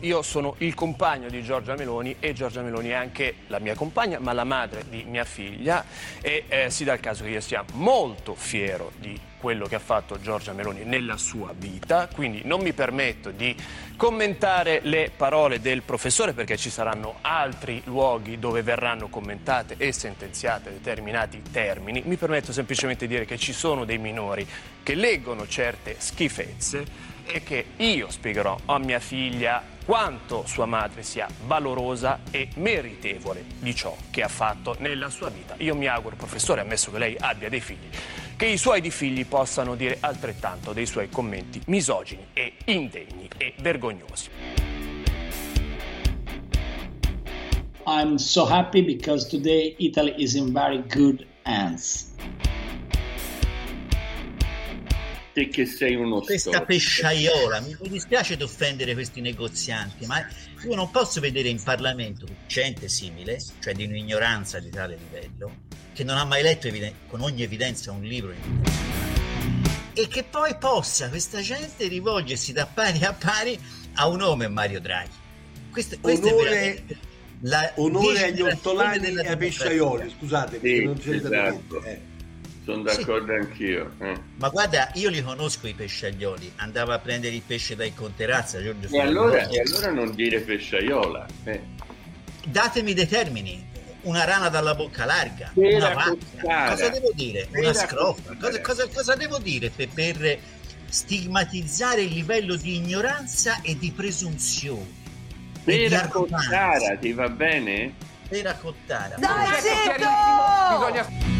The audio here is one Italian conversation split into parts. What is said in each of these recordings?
io sono il compagno di Giorgia Meloni e Giorgia Meloni è anche la mia compagna, ma la madre di mia figlia, e si dà il caso che io sia molto fiero di quello che ha fatto Giorgia Meloni nella sua vita, quindi non mi permetto di commentare le parole del professore, perché ci saranno altri luoghi dove verranno commentate e sentenziate determinati termini. Mi permetto semplicemente di dire che ci sono dei minori che leggono certe schifezze e che io spiegherò a mia figlia quanto sua madre sia valorosa e meritevole di ciò che ha fatto nella sua vita. Io mi auguro, professore, ammesso che lei abbia dei figli, che i suoi di figli possano dire altrettanto dei suoi commenti misogini e indegni e vergognosi. I'm so happy because today Italy is in very good hands. Te che sei uno questa pesciaiola, mi dispiace di offendere questi negozianti, ma io non posso vedere in Parlamento gente simile, cioè di un'ignoranza di tale livello, che non ha mai letto con ogni evidenza un libro e che poi possa questa gente rivolgersi da pari a pari a un uomo, Mario Draghi. Questo è veramente onore agli ortolani e ai pesciaioli, scusate, perché non c'è esatto. Sono d'accordo anch'io. Ma guarda, io li conosco i pesciaioli, andavo a prendere il pesce dai Conterazza, Giorgio. E allora non dire pesciaiola. Datemi dei termini. Una rana dalla bocca larga, una vacca, cosa devo dire? Una scrofa, cosa devo dire per stigmatizzare il livello di ignoranza e di presunzione? Pera Cottara, ti va bene? Pera Cottara. Dai, zitto! Bisogna...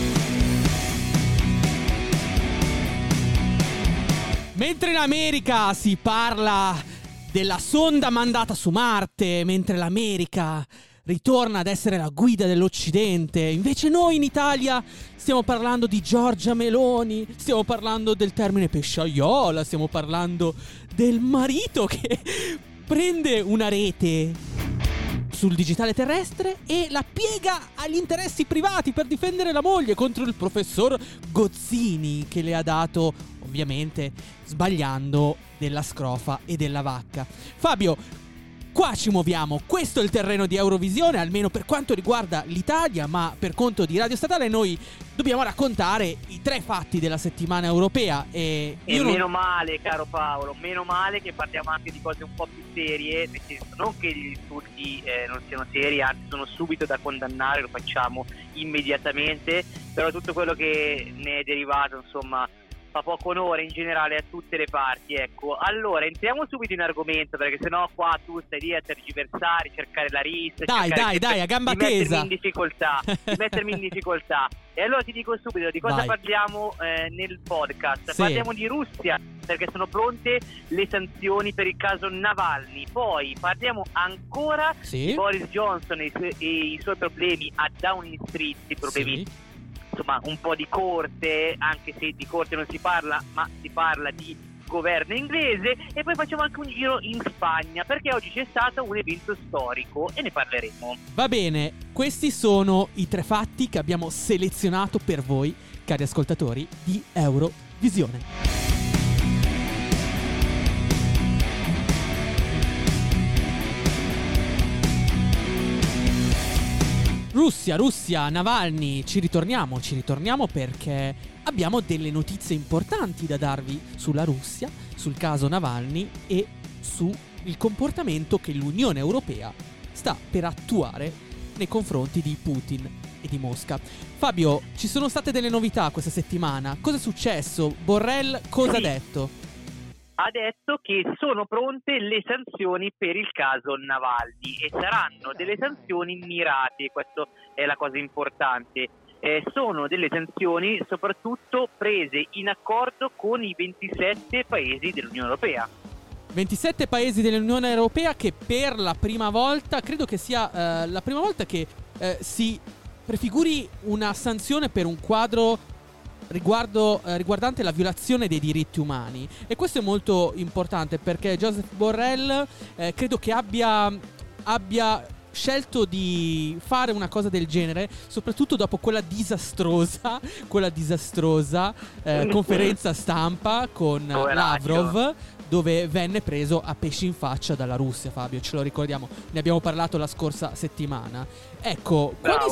Mentre in America si parla della sonda mandata su Marte, mentre l'America ritorna ad essere la guida dell'Occidente, invece noi in Italia stiamo parlando di Giorgia Meloni, stiamo parlando del termine pesciaiola, stiamo parlando del marito che prende una rete sul digitale terrestre e la piega agli interessi privati per difendere la moglie contro il professor Gozzini, che le ha dato, ovviamente sbagliando, della scrofa e della vacca. Fabio, qua ci muoviamo, questo è il terreno di Eurovisione, almeno per quanto riguarda l'Italia, ma per conto di Radio Statale noi dobbiamo raccontare i 3 fatti della settimana europea e meno male, caro Paolo, meno male che parliamo anche di cose un po' più serie, nel senso non che gli insulti non siano seri, anzi sono subito da condannare, lo facciamo immediatamente, però tutto quello che ne è derivato, insomma, fa poco onore in generale a tutte le parti. Ecco, allora entriamo subito in argomento, perché sennò qua tu stai lì a tergiversare, cercare la rissa, dai, a gamba tesa, di mettermi in difficoltà. E allora ti dico subito di cosa parliamo nel podcast. Sì. Parliamo di Russia, perché sono pronte le sanzioni per il caso Navalny. Poi parliamo ancora di Boris Johnson e i suoi problemi a Downing Street, i problemi insomma un po' di corte, anche se di corte non si parla, ma si parla di governo inglese. E poi facciamo anche un giro in Spagna, perché oggi c'è stato un evento storico e ne parleremo. Va bene, questi sono i 3 fatti che abbiamo selezionato per voi, cari ascoltatori di Eurovisione. Russia, Navalny, ci ritorniamo perché abbiamo delle notizie importanti da darvi sulla Russia, sul caso Navalny e sul comportamento che l'Unione Europea sta per attuare nei confronti di Putin e di Mosca. Fabio, ci sono state delle novità questa settimana, cosa è successo? Borrell cosa ha detto? Ha detto che sono pronte le sanzioni per il caso Navalny e saranno delle sanzioni mirate, questa è la cosa importante. Sono delle sanzioni soprattutto prese in accordo con i 27 paesi dell'Unione Europea. 27 paesi dell'Unione Europea che per la prima volta, credo che sia la prima volta che si prefiguri una sanzione per un quadro riguardante la violazione dei diritti umani. E questo è molto importante perché Josep Borrell credo che abbia scelto di fare una cosa del genere soprattutto dopo quella disastrosa conferenza stampa con Lavrov, dove venne preso a pesci in faccia dalla Russia, Fabio, ce lo ricordiamo, ne abbiamo parlato la scorsa settimana. Ecco, quali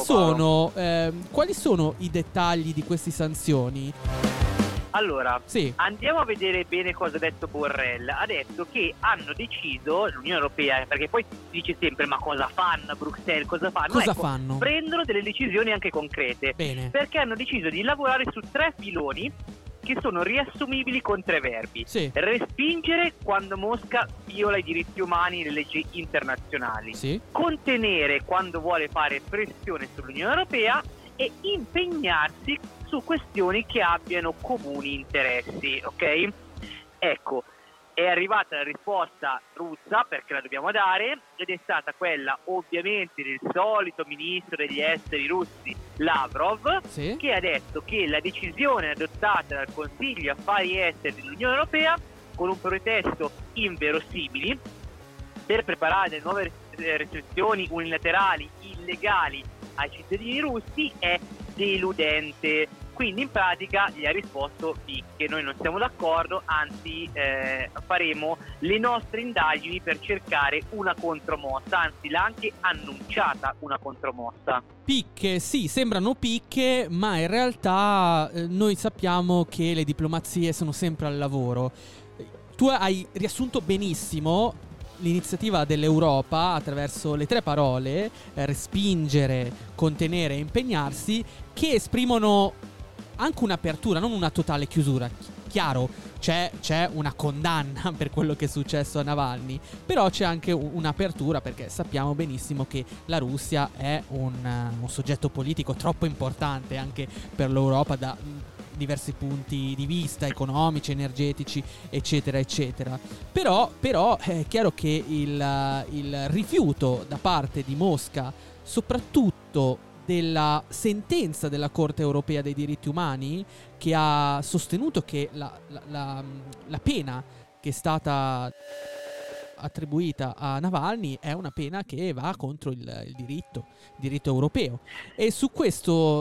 sono i dettagli di queste sanzioni? Allora, andiamo a vedere bene cosa ha detto Borrell. Ha detto che hanno deciso, l'Unione Europea, perché poi si dice sempre ma cosa fanno a Bruxelles, cosa fanno? Cosa fanno? Prendono delle decisioni anche concrete. Bene. Perché hanno deciso di lavorare su 3 filoni che sono riassumibili con 3 verbi. Respingere quando Mosca viola i diritti umani e le leggi internazionali. Contenere quando vuole fare pressione sull'Unione Europea e impegnarsi su questioni che abbiano comuni interessi, ok? Ecco, è arrivata la risposta russa, perché la dobbiamo dare, ed è stata quella ovviamente del solito ministro degli esteri russi Lavrov, che ha detto che la decisione adottata dal Consiglio Affari Esteri dell'Unione Europea, con un pretesto inverosimili, per preparare delle nuove restrizioni unilaterali illegali ai cittadini russi, è deludente. Quindi in pratica gli ha risposto che noi non siamo d'accordo, anzi faremo le nostre indagini per cercare una contromossa, anzi l'ha anche annunciata una contromossa. Picche, sì, sembrano picche, ma in realtà noi sappiamo che le diplomazie sono sempre al lavoro. Tu hai riassunto benissimo l'iniziativa dell'Europa attraverso le 3 parole, respingere, contenere e impegnarsi, che esprimono anche un'apertura, non una totale chiusura. Chiaro, c'è una condanna per quello che è successo a Navalny, però c'è anche un'apertura, perché sappiamo benissimo che la Russia è un soggetto politico troppo importante anche per l'Europa da diversi punti di vista, economici, energetici, eccetera eccetera. Però è chiaro che il rifiuto da parte di Mosca, soprattutto della sentenza della Corte Europea dei Diritti Umani, che ha sostenuto che la pena che è stata attribuita a Navalny è una pena che va contro il diritto europeo, e su questo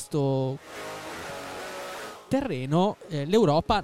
terreno l'Europa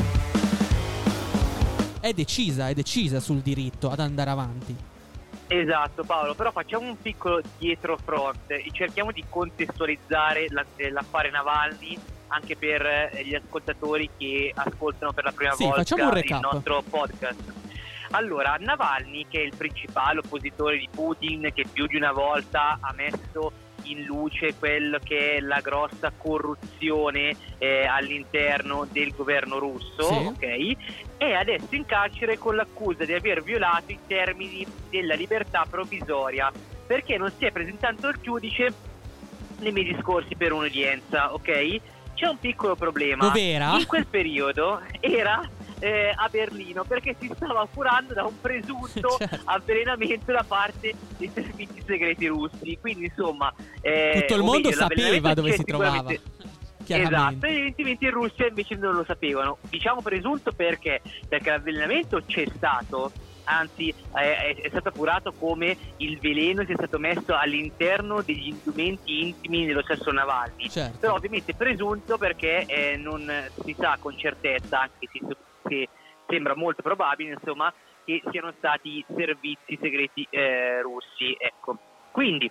è decisa sul diritto ad andare avanti. Esatto, Paolo, però facciamo un piccolo dietrofront e cerchiamo di contestualizzare l'affare Navalny anche per gli ascoltatori che ascoltano per la prima volta il nostro podcast. Allora, Navalny, che è il principale oppositore di Putin, che più di una volta ha messo in luce quello che è la grossa corruzione all'interno del governo russo, ok? È adesso in carcere con l'accusa di aver violato i termini della libertà provvisoria, perché non si è presentato al giudice nei mesi scorsi per un'udienza, ok? C'è un piccolo problema. Dov'era? In quel periodo era a Berlino, perché si stava curando da un presunto avvelenamento da parte dei servizi segreti russi. Quindi insomma tutto il mondo sapeva dove si trovava. Esatto, evidentemente in Russia invece non lo sapevano. Diciamo presunto perché l'avvelenamento c'è stato, anzi è stato appurato come il veleno sia stato messo all'interno degli indumenti intimi dello stesso Navalny. Però ovviamente presunto perché non si sa con certezza, anche se sembra molto probabile, insomma, che siano stati servizi segreti russi, ecco. Quindi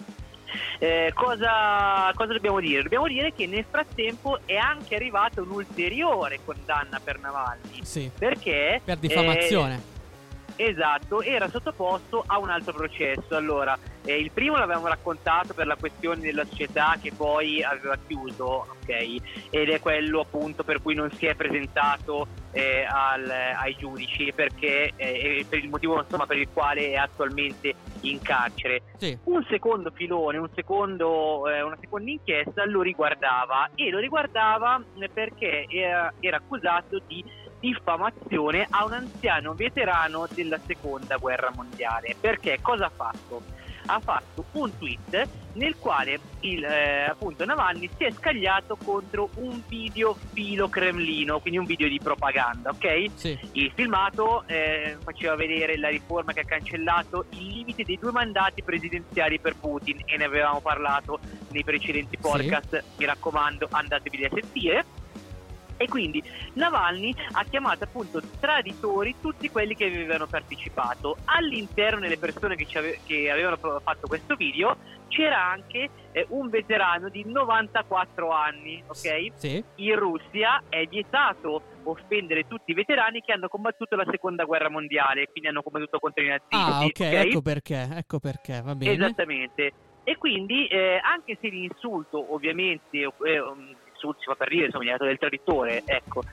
cosa dobbiamo dire? Dobbiamo dire che nel frattempo è anche arrivata un'ulteriore condanna per Navalny, perché per diffamazione. Esatto, era sottoposto a un altro processo. Allora, il primo l'avevamo raccontato per la questione della società che poi aveva chiuso, ok? Ed è quello appunto per cui non si è presentato ai giudici, perché per il motivo insomma per il quale è attualmente in carcere. Un secondo filone, una seconda inchiesta lo riguardava perché era accusato di diffamazione a un anziano veterano della seconda guerra mondiale. Perché cosa ha fatto? Ha fatto un tweet nel quale appunto Navalny si è scagliato contro un video filo Cremlino, quindi un video di propaganda, ok? Il filmato faceva vedere la riforma che ha cancellato il limite dei 2 mandati presidenziali per Putin, e ne avevamo parlato nei precedenti podcast. Mi raccomando, andatevi a sentire. E quindi Navalny ha chiamato appunto traditori tutti quelli che avevano partecipato. All'interno delle persone che avevano fatto questo video c'era anche un veterano di 94 anni, ok? Sì. In Russia è vietato offendere tutti i veterani che hanno combattuto la seconda guerra mondiale, quindi hanno combattuto contro i nazisti. Ah, ok, okay? ecco perché, va bene. Esattamente. E quindi anche se l'insulto ovviamente si fa per dire, insomma, gli ha dato del traditore, ecco,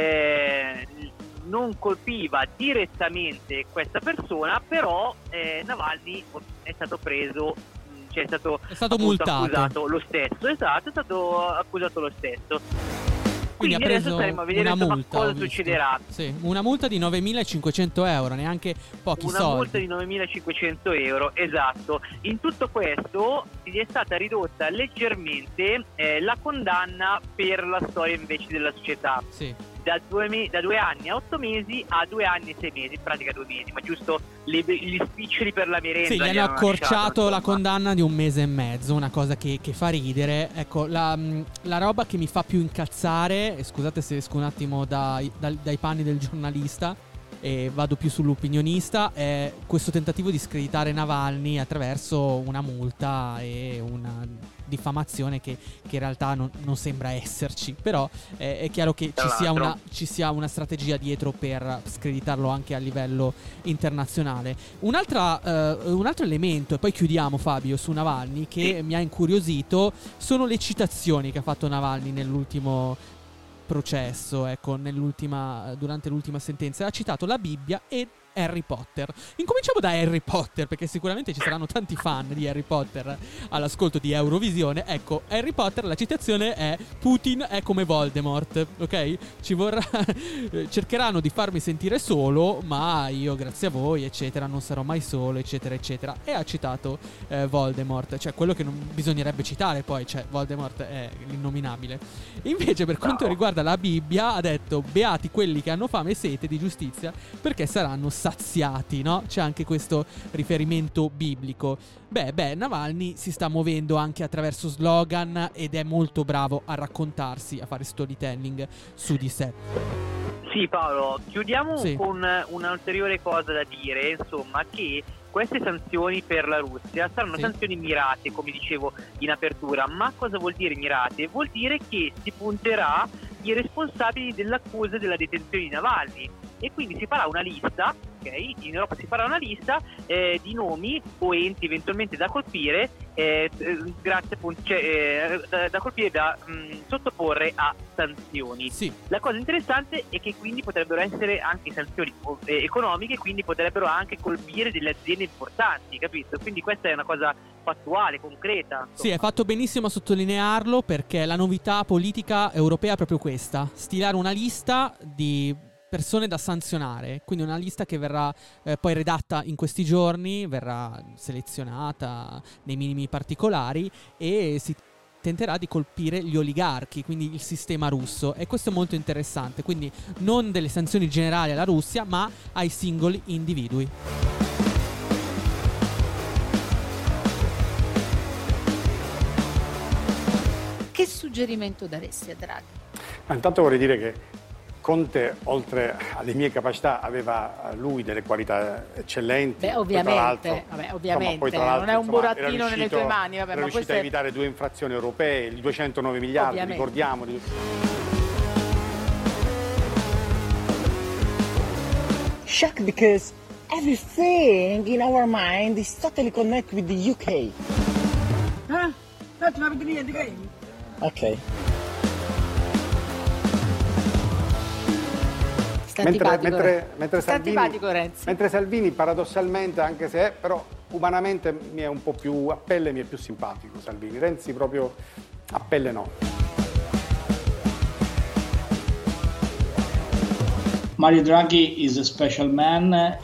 non colpiva direttamente questa persona, però Navalny è stato preso, cioè è stato multato, accusato lo stesso, esatto, è stato accusato lo stesso. Quindi ha preso adesso staremo a vedere una multa, cosa succederà. Sì, una multa di 9.500 euro, neanche pochi soldi. Una multa di 9.500 euro, esatto. In tutto questo gli è stata ridotta leggermente la condanna per la storia invece della società. Sì. Da 2 anni a 8 mesi a 2 anni e 6 mesi, in pratica 2 mesi, ma giusto gli spiccioli per la merenda. Sì, gli hanno accorciato la condanna di 1 mese e mezzo, una cosa che fa ridere. Ecco, la roba che mi fa più incazzare, scusate se esco un attimo dai panni del giornalista e vado più sull'opinionista, è questo tentativo di screditare Navalny attraverso una multa e una diffamazione che in realtà non sembra esserci, però è chiaro che ci sia una strategia dietro per screditarlo anche a livello internazionale. Un altro elemento, e poi chiudiamo, Fabio, su Navalny, che mi ha incuriosito sono le citazioni che ha fatto Navalny nell'ultimo processo, ecco, durante l'ultima sentenza. Ha citato la Bibbia e Harry Potter. Incominciamo da Harry Potter, perché sicuramente ci saranno tanti fan di Harry Potter all'ascolto di Eurovisione. Ecco, Harry Potter, la citazione è: Putin è come Voldemort, ok? Cercheranno di farmi sentire solo, ma io, grazie a voi, eccetera, non sarò mai solo, eccetera, eccetera. E ha citato Voldemort, cioè quello che non bisognerebbe citare, poi, cioè Voldemort è l'innominabile. Invece, per quanto riguarda la Bibbia, ha detto: beati quelli che hanno fame e sete di giustizia, perché saranno saziati, no? C'è anche questo riferimento biblico. Beh, Navalny si sta muovendo anche attraverso slogan ed è molto bravo a raccontarsi, a fare storytelling su di sé. Sì, Paolo, chiudiamo con un'ulteriore cosa da dire, insomma, che queste sanzioni per la Russia saranno sanzioni mirate, come dicevo in apertura. Ma cosa vuol dire mirate? Vuol dire che si punterà i responsabili dell'accusa della detenzione di Navalny, e quindi si farà una lista, ok? In Europa si farà una lista di nomi o enti eventualmente da colpire, grazie appunto, da colpire, da sottoporre a sanzioni. Sì. La cosa interessante è che quindi potrebbero essere anche sanzioni economiche, quindi potrebbero anche colpire delle aziende importanti, capito? Quindi questa è una cosa fattuale, concreta. Insomma. Sì, è fatto benissimo a sottolinearlo, perché la novità politica europea è proprio questa: stilare una lista di persone da sanzionare, quindi una lista che verrà poi redatta in questi giorni, verrà selezionata nei minimi particolari e si tenterà di colpire gli oligarchi, quindi il sistema russo, e questo è molto interessante. Quindi non delle sanzioni generali alla Russia, ma ai singoli individui. Che suggerimento daresti a Draghi? Intanto vorrei dire che Conte, oltre alle mie capacità, aveva lui delle qualità eccellenti. Beh, ovviamente, non è un burattino nelle tue mani. Era riuscito a evitare 2 infrazioni europee, i 209 miliardi, ricordiamo. Shock because everything in our mind is totally connected with the UK. Ok. Mentre Salvini, paradossalmente, anche se però umanamente mi è un po' più a pelle, mi è più simpatico Salvini. Renzi proprio a pelle no. Mario Draghi is a special man.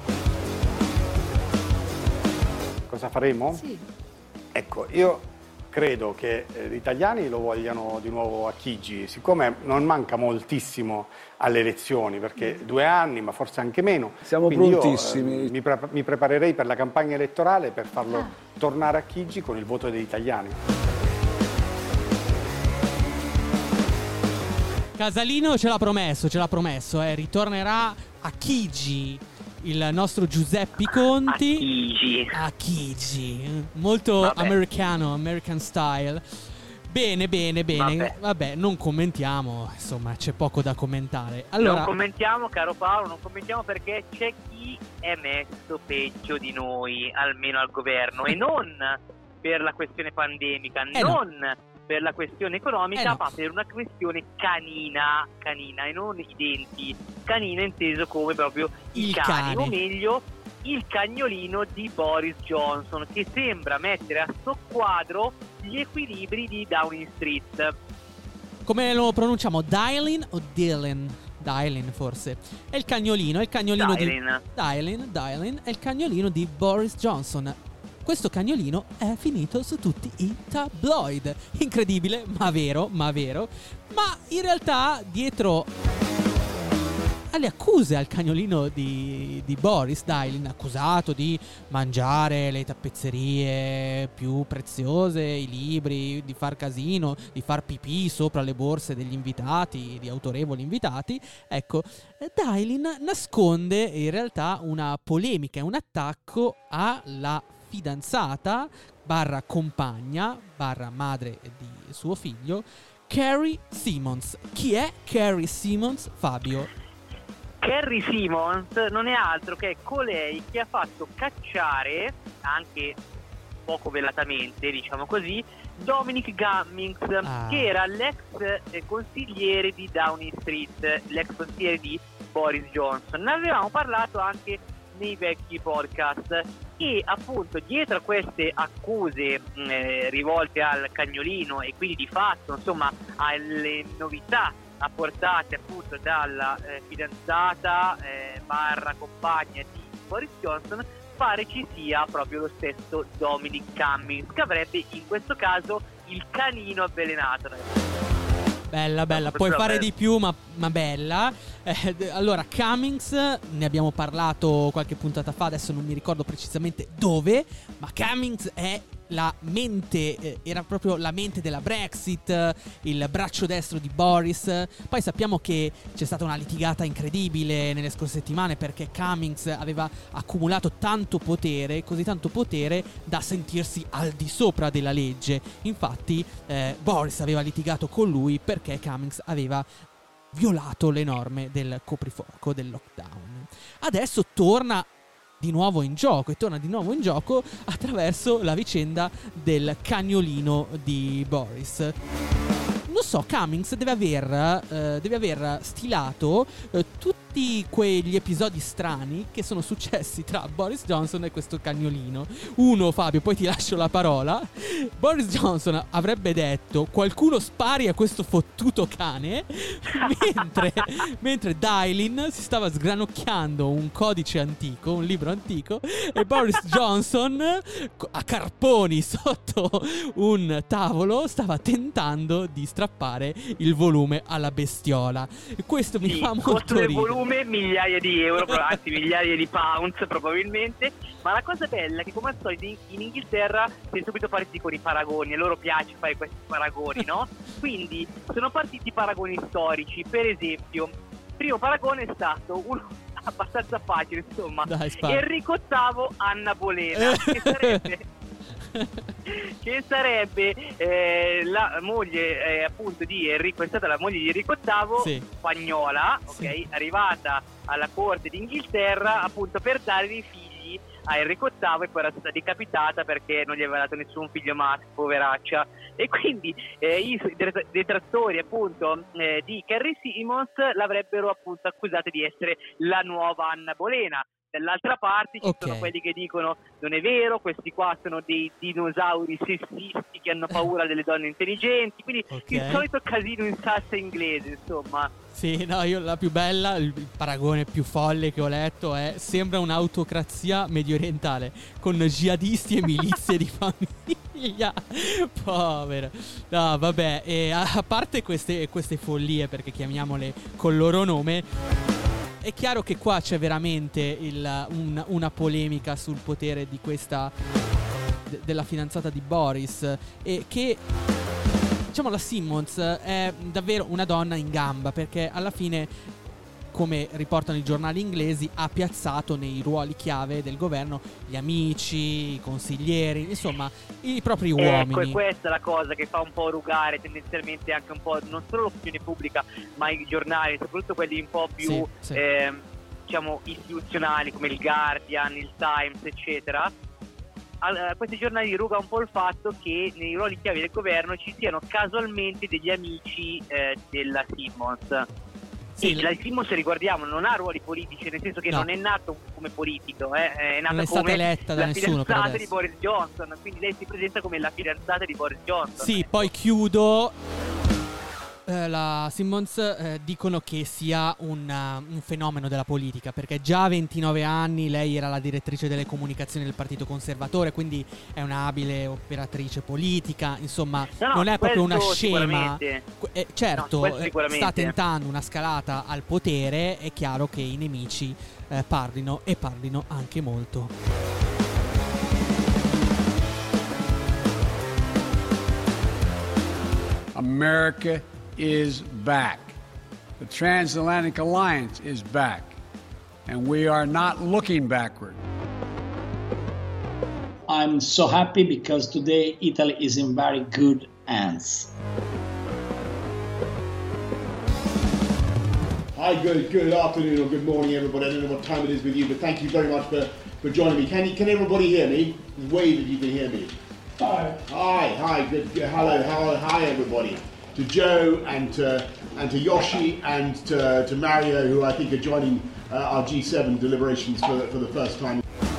Cosa faremo? Sì. Ecco, io credo che gli italiani lo vogliano di nuovo a Chigi, siccome non manca moltissimo alle elezioni, perché 2 anni, ma forse anche meno. Siamo prontissimi. Io, mi preparerei per la campagna elettorale per farlo tornare a Chigi con il voto degli italiani. Casalino ce l'ha promesso, ritornerà a Chigi, il nostro Giuseppe Conti. A Chigi. Molto americano, American style. Bene. Vabbè, non commentiamo, insomma, c'è poco da commentare. Allora, non commentiamo, caro Paolo, perché c'è chi è messo peggio di noi, almeno al governo, e non per la questione pandemica, non per la questione economica, ma per una questione canina e non i denti. Canina inteso come proprio il cane, o meglio il cagnolino di Boris Johnson, che sembra mettere a soqquadro gli equilibri di Downing Street. Come lo pronunciamo? Dylan o Dylan? Dylan forse. È il cagnolino Dylan. Dylan è il cagnolino di Boris Johnson. Questo cagnolino è finito su tutti i tabloid. Incredibile, ma vero. Ma in realtà dietro alle accuse al cagnolino di Boris Dylan, accusato di mangiare le tappezzerie più preziose, i libri, di far casino, di far pipì sopra le borse degli invitati, di autorevoli invitati, ecco, Dylan nasconde in realtà una polemica e un attacco alla fidanzata / compagna / madre di suo figlio, Carrie Simons. Chi è Carrie Simons, Fabio? Carrie Simons non è altro che colei che ha fatto cacciare, anche poco velatamente, diciamo così, Dominic Cummings, che era l'ex consigliere di Downing Street, l'ex consigliere di Boris Johnson. Ne avevamo parlato anche nei vecchi podcast, e appunto dietro a queste accuse rivolte al cagnolino, e quindi di fatto insomma alle novità apportate appunto dalla fidanzata / compagna di Boris Johnson, pare ci sia proprio lo stesso Dominic Cummings, che avrebbe in questo caso il canino avvelenato. Bella, puoi fare di più, ma bella. Allora, Cummings, ne abbiamo parlato qualche puntata fa, adesso non mi ricordo precisamente dove, ma Cummings è la mente, era proprio la mente della Brexit, il braccio destro di Boris. Poi sappiamo che c'è stata una litigata incredibile nelle scorse settimane, perché Cummings aveva accumulato tanto potere, così tanto potere da sentirsi al di sopra della legge. Infatti Boris aveva litigato con lui perché Cummings aveva violato le norme del coprifuoco, del lockdown. Adesso torna di nuovo in gioco attraverso la vicenda del cagnolino di Boris. Non so, Cummings deve aver stilato tutti quegli episodi strani che sono successi tra Boris Johnson e questo cagnolino. Uno, Fabio, poi ti lascio la parola. Boris Johnson avrebbe detto: qualcuno spari a questo fottuto cane, mentre Dylan si stava sgranocchiando un codice antico, un libro antico, e Boris Johnson a carponi sotto un tavolo stava tentando di strappare il volume alla bestiola. E questo mi fa molto ridere. Volume migliaia di euro, anzi migliaia di pounds probabilmente. Ma la cosa bella è che, come al solito, in Inghilterra si è subito partiti con i paragoni, e loro piace fare questi paragoni, no? Quindi sono partiti i paragoni storici. Per esempio, il primo paragone è stato uno abbastanza facile, insomma. Dai, Enrico VIII, Anna Bolena, che sarebbe la moglie appunto di Enrico, è stata la moglie di Enrico VIII, spagnola, ok, arrivata alla corte d'Inghilterra appunto per dare dei figli a Enrico VIII, e poi era stata decapitata perché non gli aveva dato nessun figlio maschio, poveraccia. E quindi i detrattori appunto di Carrie Simons l'avrebbero appunto accusata di essere la nuova Anna Bolena. Dall'altra parte ci sono quelli che dicono: non è vero, questi qua sono dei dinosauri sessisti che hanno paura delle donne intelligenti. Quindi il solito casino in salsa inglese, insomma. Sì, no, io la più bella, il paragone più folle che ho letto è: sembra un'autocrazia mediorientale con jihadisti e milizie di famiglia. Povera. No, vabbè, e a parte queste follie, perché chiamiamole col loro nome, è chiaro che qua c'è veramente una polemica sul potere di questa della fidanzata di Boris, e che diciamo la Simmons è davvero una donna in gamba, perché alla fine, come riportano i giornali inglesi, ha piazzato nei ruoli chiave del governo gli amici, i consiglieri, insomma i propri uomini. Ecco, e questa è la cosa che fa un po' rugare tendenzialmente anche un po' non solo l'opinione pubblica, ma i giornali, soprattutto quelli un po' più diciamo istituzionali come il Guardian, il Times, eccetera. Questi giornali ruga un po' il fatto che nei ruoli chiave del governo ci siano casualmente degli amici della Simmons. Sì, la Simmons, ricordiamo, non ha ruoli politici, nel senso che non è nato come politico, è nata non è come stata eletta da la nessuno fidanzata di Boris Johnson, quindi lei si presenta come la fidanzata di Boris Johnson. Sì, poi chiudo. La Simmons dicono che sia un fenomeno della politica, perché già a 29 anni lei era la direttrice delle comunicazioni del Partito Conservatore, quindi è una abile operatrice politica, insomma non è proprio una scema. Certo, sta tentando una scalata al potere, è chiaro che i nemici parlino e parlino anche molto. America is back. The Transatlantic Alliance is back. And we are not looking backward. I'm so happy because today Italy is in very good hands. Hi, good afternoon or good morning, everybody. I don't know what time it is with you, but thank you very much for joining me. Can everybody hear me? Wave if you can hear me. Hi, good. Hello, hi everybody. To Joe and to Yoshi and to Mario, who I think are joining our G7 deliberations for the first time.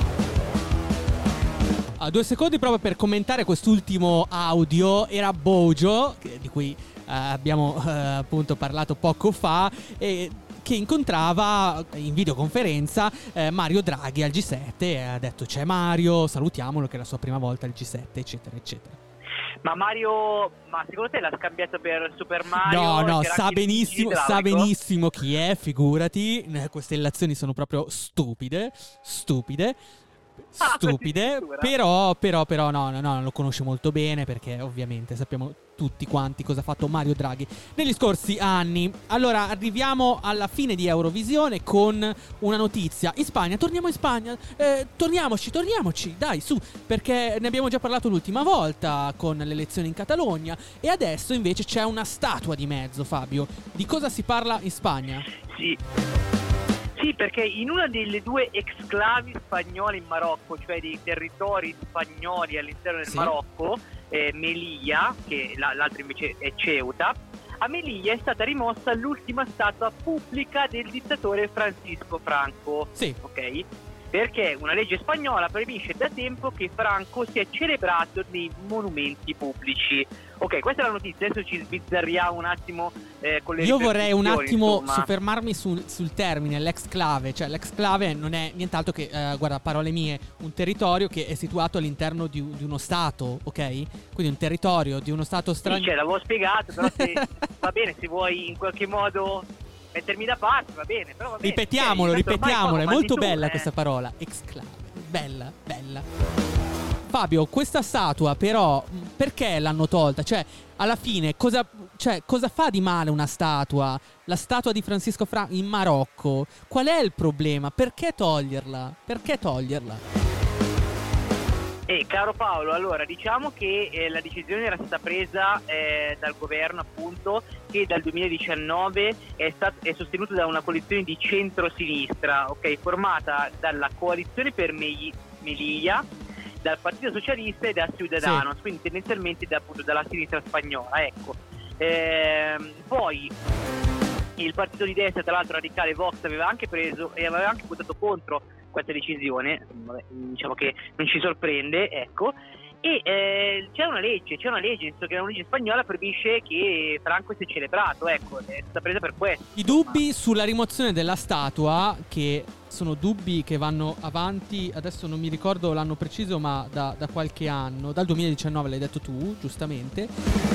2 secondi proprio per commentare quest'ultimo audio. Era Bojo, di cui abbiamo appunto parlato poco fa, e che incontrava in videoconferenza Mario Draghi al G7 e ha detto: c'è Mario, salutiamolo, che è la sua prima volta al G7, eccetera eccetera. Ma Mario, secondo te l'ha scambiato per Super Mario? No, sa benissimo chi è, figurati. Queste illazioni sono proprio stupide. Però no, non lo conosce molto bene, perché ovviamente sappiamo tutti quanti cosa ha fatto Mario Draghi negli scorsi anni. Allora, arriviamo alla fine di Eurovisione con una notizia. In Spagna, torniamo in Spagna, torniamoci, dai, su, perché ne abbiamo già parlato l'ultima volta con le elezioni in Catalogna, e adesso invece c'è una statua di mezzo, Fabio. Di cosa si parla in Spagna? Sì, perché in una delle 2 exclavi spagnole in Marocco, cioè dei territori spagnoli all'interno del Marocco, Melilla, che l'altro invece è Ceuta, a Melilla è stata rimossa l'ultima statua pubblica del dittatore Francisco Franco. Sì. Ok? Perché una legge spagnola proibisce da tempo che Franco sia celebrato nei monumenti pubblici. Ok, questa è la notizia, adesso ci sbizzarriamo un attimo con le Io vorrei un attimo insomma soffermarmi sul termine, l'exclave. Cioè l'exclave non è nient'altro che, guarda, parole mie, un territorio che è situato all'interno di uno stato, ok? Quindi un territorio di uno stato straniero. Sì, l'avevo spiegato, però va bene, se vuoi in qualche modo mettermi da parte, va bene, però va bene. Ripetiamolo, è molto bella questa parola, exclave, bella. Fabio, questa statua però perché l'hanno tolta? Cioè, alla fine cosa fa di male una statua? La statua di Francisco Franco in Marocco? Qual è il problema? Perché toglierla? Caro Paolo, allora diciamo che la decisione era stata presa dal governo, appunto, che dal 2019 è sostenuto da una coalizione di centro-sinistra, ok, formata dalla coalizione per Melilla, dal Partito Socialista e da Ciudadanos, quindi tendenzialmente appunto dalla sinistra spagnola, ecco. Poi il partito di destra, tra l'altro radicale, Vox, aveva anche preso e aveva anche votato contro questa decisione. Vabbè, diciamo che non ci sorprende, ecco. E c'è una legge, nel senso che una legge spagnola proibisce che Franco sia celebrato, ecco, è stata presa per questo. I dubbi sulla rimozione della statua, che sono dubbi che vanno avanti, adesso non mi ricordo l'anno preciso, ma da qualche anno, dal 2019 l'hai detto tu, giustamente.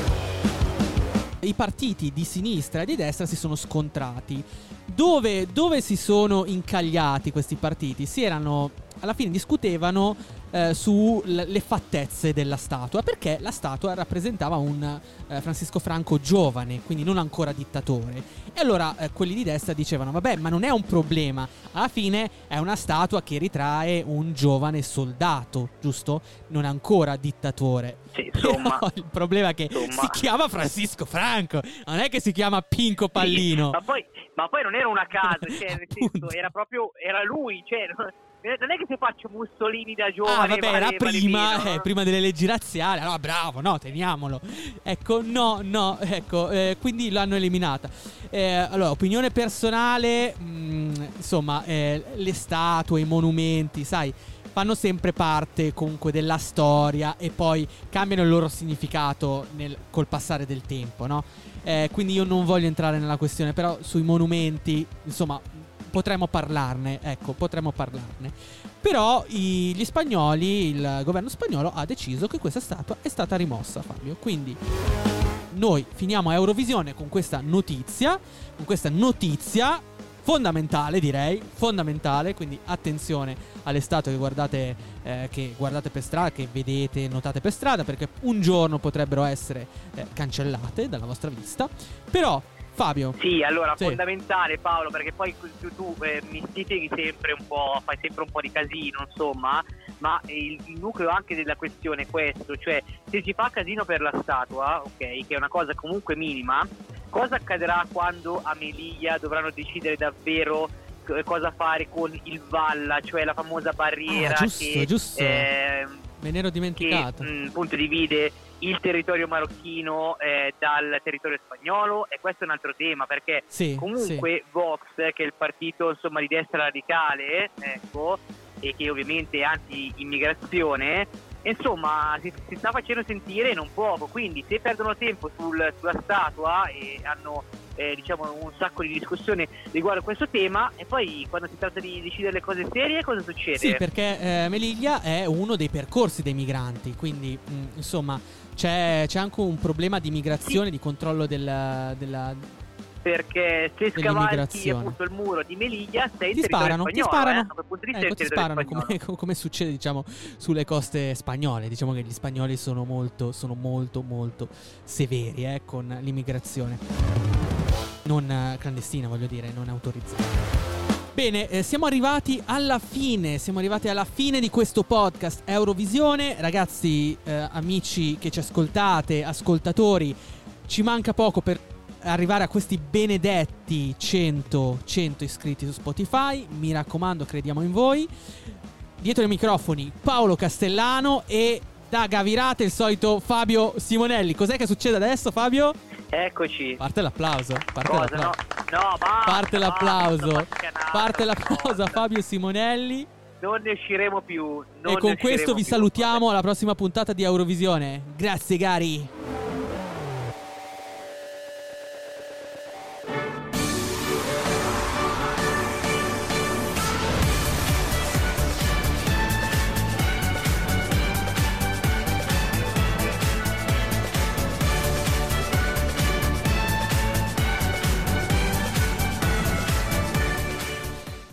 I partiti di sinistra e di destra si sono scontrati. Dove si sono incagliati questi partiti? Si erano alla fine discutevano sulle fattezze della statua, perché la statua rappresentava un Francisco Franco giovane, quindi non ancora dittatore. E allora quelli di destra dicevano: vabbè, ma non è un problema, alla fine è una statua che ritrae un giovane soldato, giusto? Non ancora dittatore. Sì, insomma. Però il problema è che si chiama Francisco Franco, non è che si chiama Pinco Pallino. Sì, ma poi non era una casa, cioè, nel senso, era lui, cioè, non è che se faccio Mussolini da giovane. Vabbè, era prima delle leggi razziali. Allora, bravo, no, teniamolo. Ecco, no, ecco, quindi l'hanno eliminata. Allora, opinione personale, insomma, le statue, i monumenti, sai, fanno sempre parte comunque della storia e poi cambiano il loro significato col passare del tempo, no? Quindi io non voglio entrare nella questione, però sui monumenti, insomma, potremmo parlarne. Però gli spagnoli, il governo spagnolo ha deciso che questa statua è stata rimossa, Fabio. Quindi noi finiamo Eurovisione con questa notizia fondamentale, direi, quindi attenzione alle statue che guardate per strada, che vedete, notate per strada, perché un giorno potrebbero essere cancellate dalla vostra vista. Però Fabio. Sì, allora, fondamentale, Paolo, perché poi tu mi spieghi sempre un po', fai sempre un po' di casino, insomma, ma il nucleo anche della questione è questo, cioè se si fa casino per la statua, ok, che è una cosa comunque minima, cosa accadrà quando a Melilla dovranno decidere davvero cosa fare con il Valla, cioè la famosa barriera giusto. Me ne ero dimenticato. Che appunto divide il territorio marocchino dal territorio spagnolo, e questo è un altro tema, perché comunque Vox, che è il partito insomma di destra radicale, ecco, e che ovviamente è anti-immigrazione, insomma si sta facendo sentire non poco. Quindi se perdono tempo sulla statua e hanno diciamo un sacco di discussione riguardo a questo tema, e poi quando si tratta di decidere le cose serie, cosa succede? Sì, perché Melilla è uno dei percorsi dei migranti, quindi insomma c'è anche un problema di migrazione, di controllo della perché se scavalchi appunto il muro di Melilla sei in territorio spagnolo, ti sparano come succede, diciamo, sulle coste spagnole. Diciamo che gli spagnoli sono molto severi con l'immigrazione non clandestina, voglio dire, non autorizzata. Bene, siamo arrivati alla fine di questo podcast Eurovisione. Ragazzi, amici che ci ascoltate, ascoltatori, ci manca poco per arrivare a questi benedetti 100 iscritti su Spotify. Mi raccomando, crediamo in voi. Dietro i microfoni Paolo Castellano e da Gavirate il solito Fabio Simonelli. Cos'è che succede adesso, Fabio? Eccoci. Parte l'applauso. Parte l'applauso a Fabio Simonelli. Non ne usciremo più. E con questo vi salutiamo alla prossima puntata di Eurovisione. Grazie, Gary.